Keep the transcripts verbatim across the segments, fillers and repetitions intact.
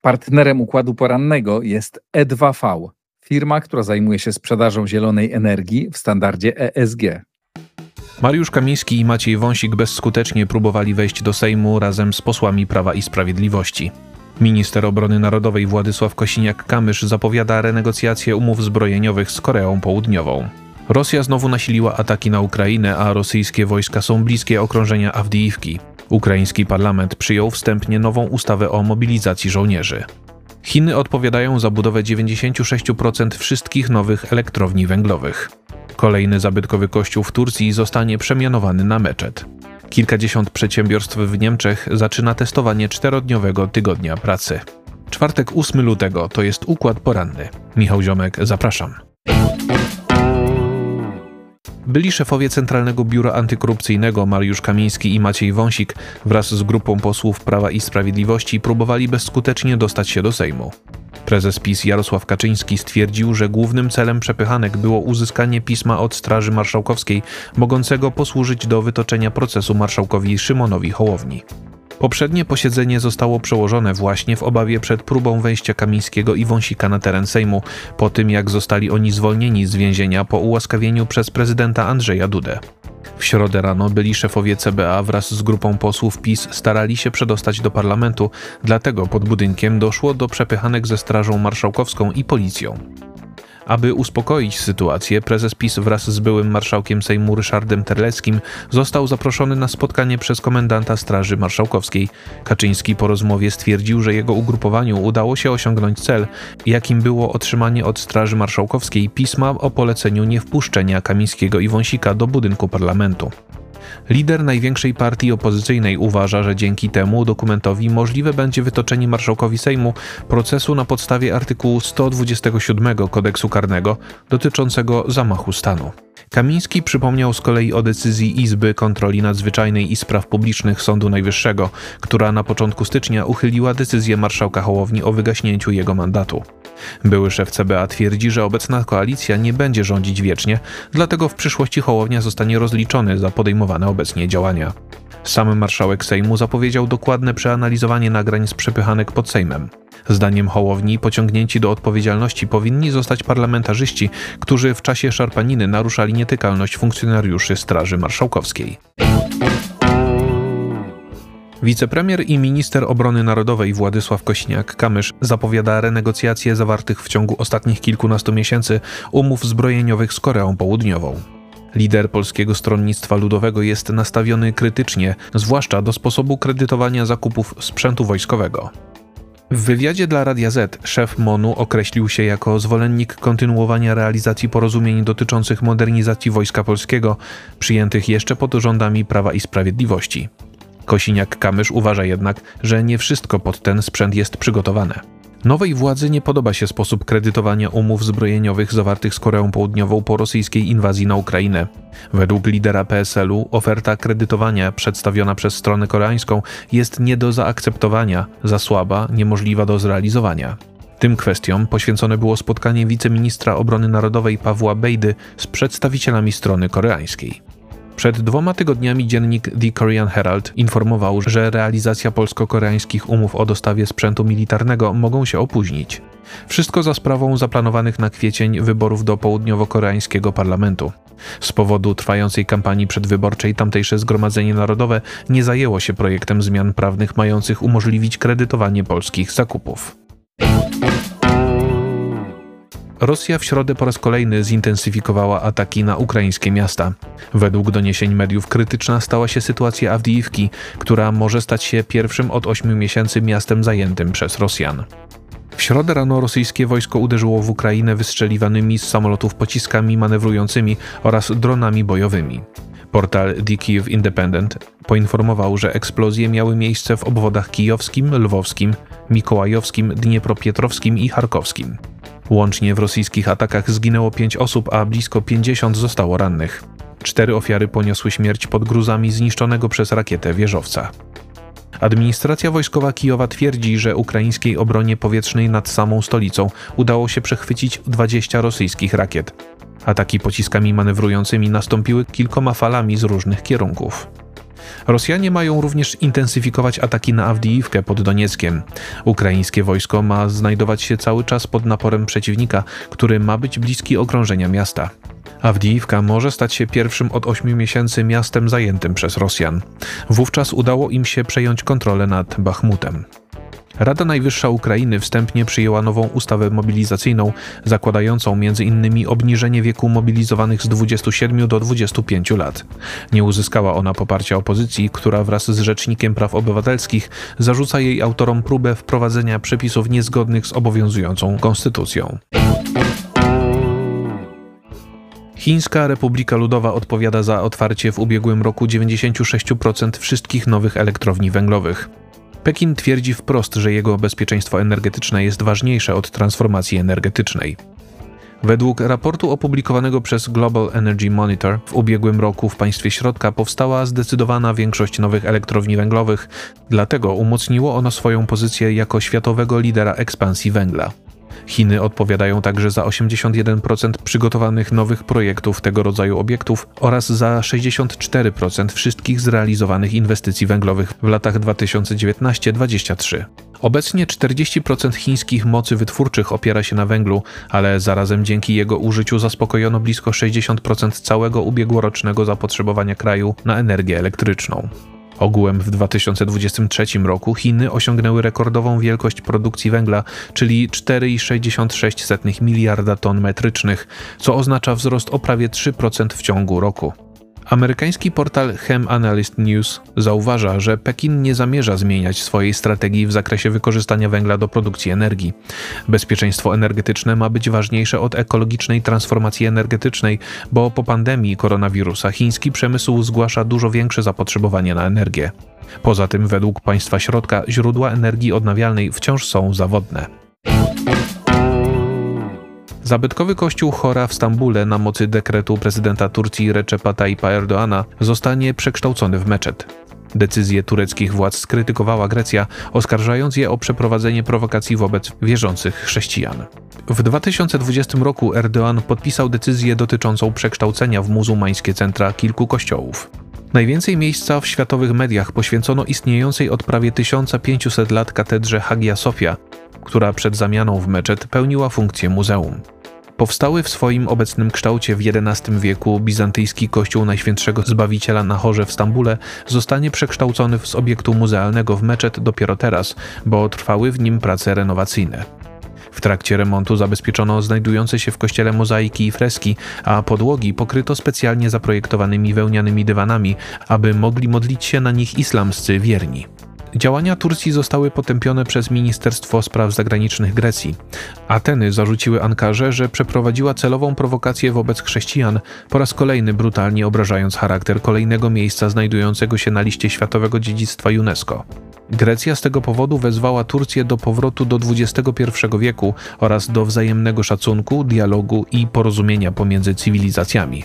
Partnerem układu porannego jest E dwa V, firma, która zajmuje się sprzedażą zielonej energii w standardzie E S G. Mariusz Kamiński i Maciej Wąsik bezskutecznie próbowali wejść do Sejmu razem z posłami Prawa i Sprawiedliwości. Minister Obrony Narodowej Władysław Kosiniak-Kamysz zapowiada renegocjacje umów zbrojeniowych z Koreą Południową. Rosja znowu nasiliła ataki na Ukrainę, a rosyjskie wojska są bliskie okrążenia Awdijiwki. Ukraiński parlament przyjął wstępnie nową ustawę o mobilizacji żołnierzy. Chiny odpowiadają za budowę dziewięćdziesiąt sześć procent wszystkich nowych elektrowni węglowych. Kolejny zabytkowy kościół w Turcji zostanie przemianowany na meczet. Kilkadziesiąt przedsiębiorstw w Niemczech zaczyna testowanie czterodniowego tygodnia pracy. Czwartek ósmego lutego to jest Układ Poranny. Michał Ziomek, zapraszam. Byli szefowie Centralnego Biura Antykorupcyjnego Mariusz Kamiński i Maciej Wąsik wraz z grupą posłów Prawa i Sprawiedliwości próbowali bezskutecznie dostać się do Sejmu. Prezes PiS Jarosław Kaczyński stwierdził, że głównym celem przepychanek było uzyskanie pisma od Straży Marszałkowskiej mogącego posłużyć do wytoczenia procesu marszałkowi Szymonowi Hołowni. Poprzednie posiedzenie zostało przełożone właśnie w obawie przed próbą wejścia Kamińskiego i Wąsika na teren Sejmu, po tym jak zostali oni zwolnieni z więzienia po ułaskawieniu przez prezydenta Andrzeja Dudę. W środę rano byli szefowie C B A wraz z grupą posłów PiS starali się przedostać do parlamentu, dlatego pod budynkiem doszło do przepychanek ze Strażą Marszałkowską i policją. Aby uspokoić sytuację, prezes PiS wraz z byłym marszałkiem Sejmu Ryszardem Terleckim został zaproszony na spotkanie przez komendanta Straży Marszałkowskiej. Kaczyński po rozmowie stwierdził, że jego ugrupowaniu udało się osiągnąć cel, jakim było otrzymanie od Straży Marszałkowskiej pisma o poleceniu niewpuszczenia Kamińskiego i Wąsika do budynku parlamentu. Lider największej partii opozycyjnej uważa, że dzięki temu dokumentowi możliwe będzie wytoczenie marszałkowi Sejmu procesu na podstawie artykułu sto dwudziestego siódmego Kodeksu Karnego dotyczącego zamachu stanu. Kamiński przypomniał z kolei o decyzji Izby Kontroli Nadzwyczajnej i Spraw Publicznych Sądu Najwyższego, która na początku stycznia uchyliła decyzję marszałka Hołowni o wygaśnięciu jego mandatu. Były szef C B A twierdzi, że obecna koalicja nie będzie rządzić wiecznie, dlatego w przyszłości Hołownia zostanie rozliczony za podejmowane obecnie działania. Sam marszałek Sejmu zapowiedział dokładne przeanalizowanie nagrań z przepychanek pod Sejmem. Zdaniem Hołowni pociągnięci do odpowiedzialności powinni zostać parlamentarzyści, którzy w czasie szarpaniny naruszali nietykalność funkcjonariuszy Straży Marszałkowskiej. Wicepremier i minister obrony narodowej Władysław Kosiniak-Kamysz zapowiada renegocjacje zawartych w ciągu ostatnich kilkunastu miesięcy umów zbrojeniowych z Koreą Południową. Lider Polskiego Stronnictwa Ludowego jest nastawiony krytycznie, zwłaszcza do sposobu kredytowania zakupów sprzętu wojskowego. W wywiadzie dla Radia Z szef MONU określił się jako zwolennik kontynuowania realizacji porozumień dotyczących modernizacji Wojska Polskiego, przyjętych jeszcze pod rządami Prawa i Sprawiedliwości. Kosiniak-Kamysz uważa jednak, że nie wszystko pod ten sprzęt jest przygotowane. Nowej władzy nie podoba się sposób kredytowania umów zbrojeniowych zawartych z Koreą Południową po rosyjskiej inwazji na Ukrainę. Według lidera P S L u oferta kredytowania przedstawiona przez stronę koreańską jest nie do zaakceptowania, za słaba, niemożliwa do zrealizowania. Tym kwestiom poświęcone było spotkanie wiceministra obrony narodowej Pawła Bejdy z przedstawicielami strony koreańskiej. Przed dwoma tygodniami dziennik The Korean Herald informował, że realizacja polsko-koreańskich umów o dostawie sprzętu militarnego mogą się opóźnić. Wszystko za sprawą zaplanowanych na kwiecień wyborów do południowo-koreańskiego parlamentu. Z powodu trwającej kampanii przedwyborczej tamtejsze Zgromadzenie Narodowe nie zajęło się projektem zmian prawnych mających umożliwić kredytowanie polskich zakupów. Rosja w środę po raz kolejny zintensyfikowała ataki na ukraińskie miasta. Według doniesień mediów krytyczna stała się sytuacja Awdijiwki, która może stać się pierwszym od ośmiu miesięcy miastem zajętym przez Rosjan. W środę rano rosyjskie wojsko uderzyło w Ukrainę wystrzeliwanymi z samolotów pociskami manewrującymi oraz dronami bojowymi. Portal The Kyiv Independent poinformował, że eksplozje miały miejsce w obwodach kijowskim, lwowskim, mikołajowskim, dniepropietrowskim i charkowskim. Łącznie w rosyjskich atakach zginęło pięć osób, a blisko pięćdziesiąt zostało rannych. Cztery ofiary poniosły śmierć pod gruzami zniszczonego przez rakietę wieżowca. Administracja wojskowa Kijowa twierdzi, że ukraińskiej obronie powietrznej nad samą stolicą udało się przechwycić dwadzieścia rosyjskich rakiet. Ataki pociskami manewrującymi nastąpiły kilkoma falami z różnych kierunków. Rosjanie mają również intensyfikować ataki na Awdijiwkę pod Donieckiem. Ukraińskie wojsko ma znajdować się cały czas pod naporem przeciwnika, który ma być bliski okrążenia miasta. Awdijiwka może stać się pierwszym od ośmiu miesięcy miastem zajętym przez Rosjan. Wówczas udało im się przejąć kontrolę nad Bachmutem. Rada Najwyższa Ukrainy wstępnie przyjęła nową ustawę mobilizacyjną, zakładającą między innymi obniżenie wieku mobilizowanych z dwudziestu siedmiu do dwudziestu pięciu lat. Nie uzyskała ona poparcia opozycji, która wraz z Rzecznikiem Praw Obywatelskich zarzuca jej autorom próbę wprowadzenia przepisów niezgodnych z obowiązującą konstytucją. Chińska Republika Ludowa odpowiada za otwarcie w ubiegłym roku dziewięćdziesiąt sześć procent wszystkich nowych elektrowni węglowych. Pekin twierdzi wprost, że jego bezpieczeństwo energetyczne jest ważniejsze od transformacji energetycznej. Według raportu opublikowanego przez Global Energy Monitor w ubiegłym roku w państwie środka powstała zdecydowana większość nowych elektrowni węglowych, dlatego umocniło ono swoją pozycję jako światowego lidera ekspansji węgla. Chiny odpowiadają także za osiemdziesiąt jeden procent przygotowanych nowych projektów tego rodzaju obiektów oraz za sześćdziesiąt cztery procent wszystkich zrealizowanych inwestycji węglowych w latach dwa tysiące dziewiętnasty do dwudziestego trzeciego. Obecnie czterdzieści procent chińskich mocy wytwórczych opiera się na węglu, ale zarazem dzięki jego użyciu zaspokojono blisko sześćdziesiąt procent całego ubiegłorocznego zapotrzebowania kraju na energię elektryczną. Ogółem w dwa tysiące dwudziestym trzecim roku Chiny osiągnęły rekordową wielkość produkcji węgla, czyli cztery przecinek sześćdziesiąt sześć miliarda ton metrycznych, co oznacza wzrost o prawie trzy procent w ciągu roku. Amerykański portal Chem Analyst News zauważa, że Pekin nie zamierza zmieniać swojej strategii w zakresie wykorzystania węgla do produkcji energii. Bezpieczeństwo energetyczne ma być ważniejsze od ekologicznej transformacji energetycznej, bo po pandemii koronawirusa chiński przemysł zgłasza dużo większe zapotrzebowanie na energię. Poza tym, według państwa środka, źródła energii odnawialnej wciąż są zawodne. Zabytkowy kościół Chora w Stambule na mocy dekretu prezydenta Turcji Recepa Tayyipa Erdoğana zostanie przekształcony w meczet. Decyzję tureckich władz skrytykowała Grecja, oskarżając je o przeprowadzenie prowokacji wobec wierzących chrześcijan. W dwa tysiące dwudziestym roku Erdoğan podpisał decyzję dotyczącą przekształcenia w muzułmańskie centra kilku kościołów. Najwięcej miejsca w światowych mediach poświęcono istniejącej od prawie tysiąc pięciuset lat katedrze Hagia Sofia, która przed zamianą w meczet pełniła funkcję muzeum. Powstały w swoim obecnym kształcie w jedenastym wieku bizantyjski kościół Najświętszego Zbawiciela na Chorze w Stambule zostanie przekształcony z obiektu muzealnego w meczet dopiero teraz, bo trwały w nim prace renowacyjne. W trakcie remontu zabezpieczono znajdujące się w kościele mozaiki i freski, a podłogi pokryto specjalnie zaprojektowanymi wełnianymi dywanami, aby mogli modlić się na nich islamscy wierni. Działania Turcji zostały potępione przez Ministerstwo Spraw Zagranicznych Grecji. Ateny zarzuciły Ankarze, że przeprowadziła celową prowokację wobec chrześcijan, po raz kolejny brutalnie obrażając charakter kolejnego miejsca znajdującego się na liście Światowego Dziedzictwa UNESCO. Grecja z tego powodu wezwała Turcję do powrotu do dwudziestego pierwszego wieku oraz do wzajemnego szacunku, dialogu i porozumienia pomiędzy cywilizacjami.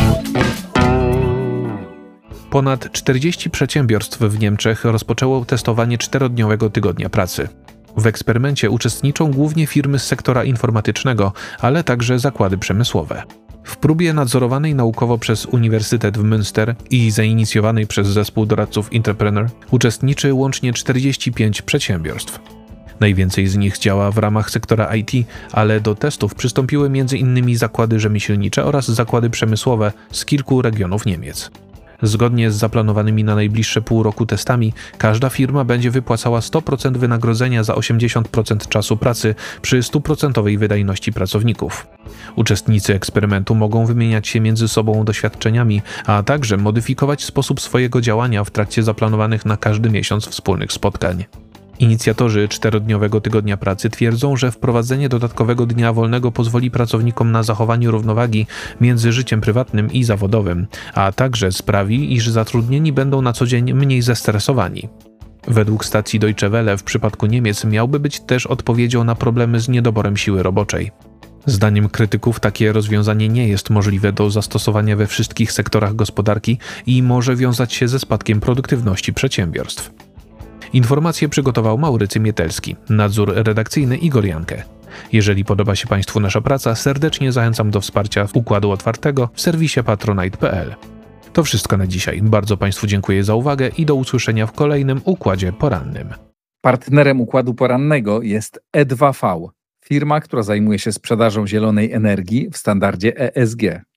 Ponad czterdzieści przedsiębiorstw w Niemczech rozpoczęło testowanie czterodniowego tygodnia pracy. W eksperymencie uczestniczą głównie firmy z sektora informatycznego, ale także zakłady przemysłowe. W próbie nadzorowanej naukowo przez Uniwersytet w Münster i zainicjowanej przez zespół doradców Entrepreneur uczestniczy łącznie czterdzieści pięć przedsiębiorstw. Najwięcej z nich działa w ramach sektora I T, ale do testów przystąpiły między innymi zakłady rzemieślnicze oraz zakłady przemysłowe z kilku regionów Niemiec. Zgodnie z zaplanowanymi na najbliższe pół roku testami, każda firma będzie wypłacała sto procent wynagrodzenia za osiemdziesiąt procent czasu pracy przy stuprocentowej wydajności pracowników. Uczestnicy eksperymentu mogą wymieniać się między sobą doświadczeniami, a także modyfikować sposób swojego działania w trakcie zaplanowanych na każdy miesiąc wspólnych spotkań. Inicjatorzy czterodniowego tygodnia pracy twierdzą, że wprowadzenie dodatkowego dnia wolnego pozwoli pracownikom na zachowaniu równowagi między życiem prywatnym i zawodowym, a także sprawi, iż zatrudnieni będą na co dzień mniej zestresowani. Według stacji Deutsche Welle w przypadku Niemiec miałby być też odpowiedzią na problemy z niedoborem siły roboczej. Zdaniem krytyków takie rozwiązanie nie jest możliwe do zastosowania we wszystkich sektorach gospodarki i może wiązać się ze spadkiem produktywności przedsiębiorstw. Informacje przygotował Maurycy Mietelski, nadzór redakcyjny Igor Jankę. Jeżeli podoba się Państwu nasza praca, serdecznie zachęcam do wsparcia Układu Otwartego w serwisie patronite kropka p l. To wszystko na dzisiaj. Bardzo Państwu dziękuję za uwagę i do usłyszenia w kolejnym Układzie Porannym. Partnerem Układu Porannego jest E dwa V, firma, która zajmuje się sprzedażą zielonej energii w standardzie E S G.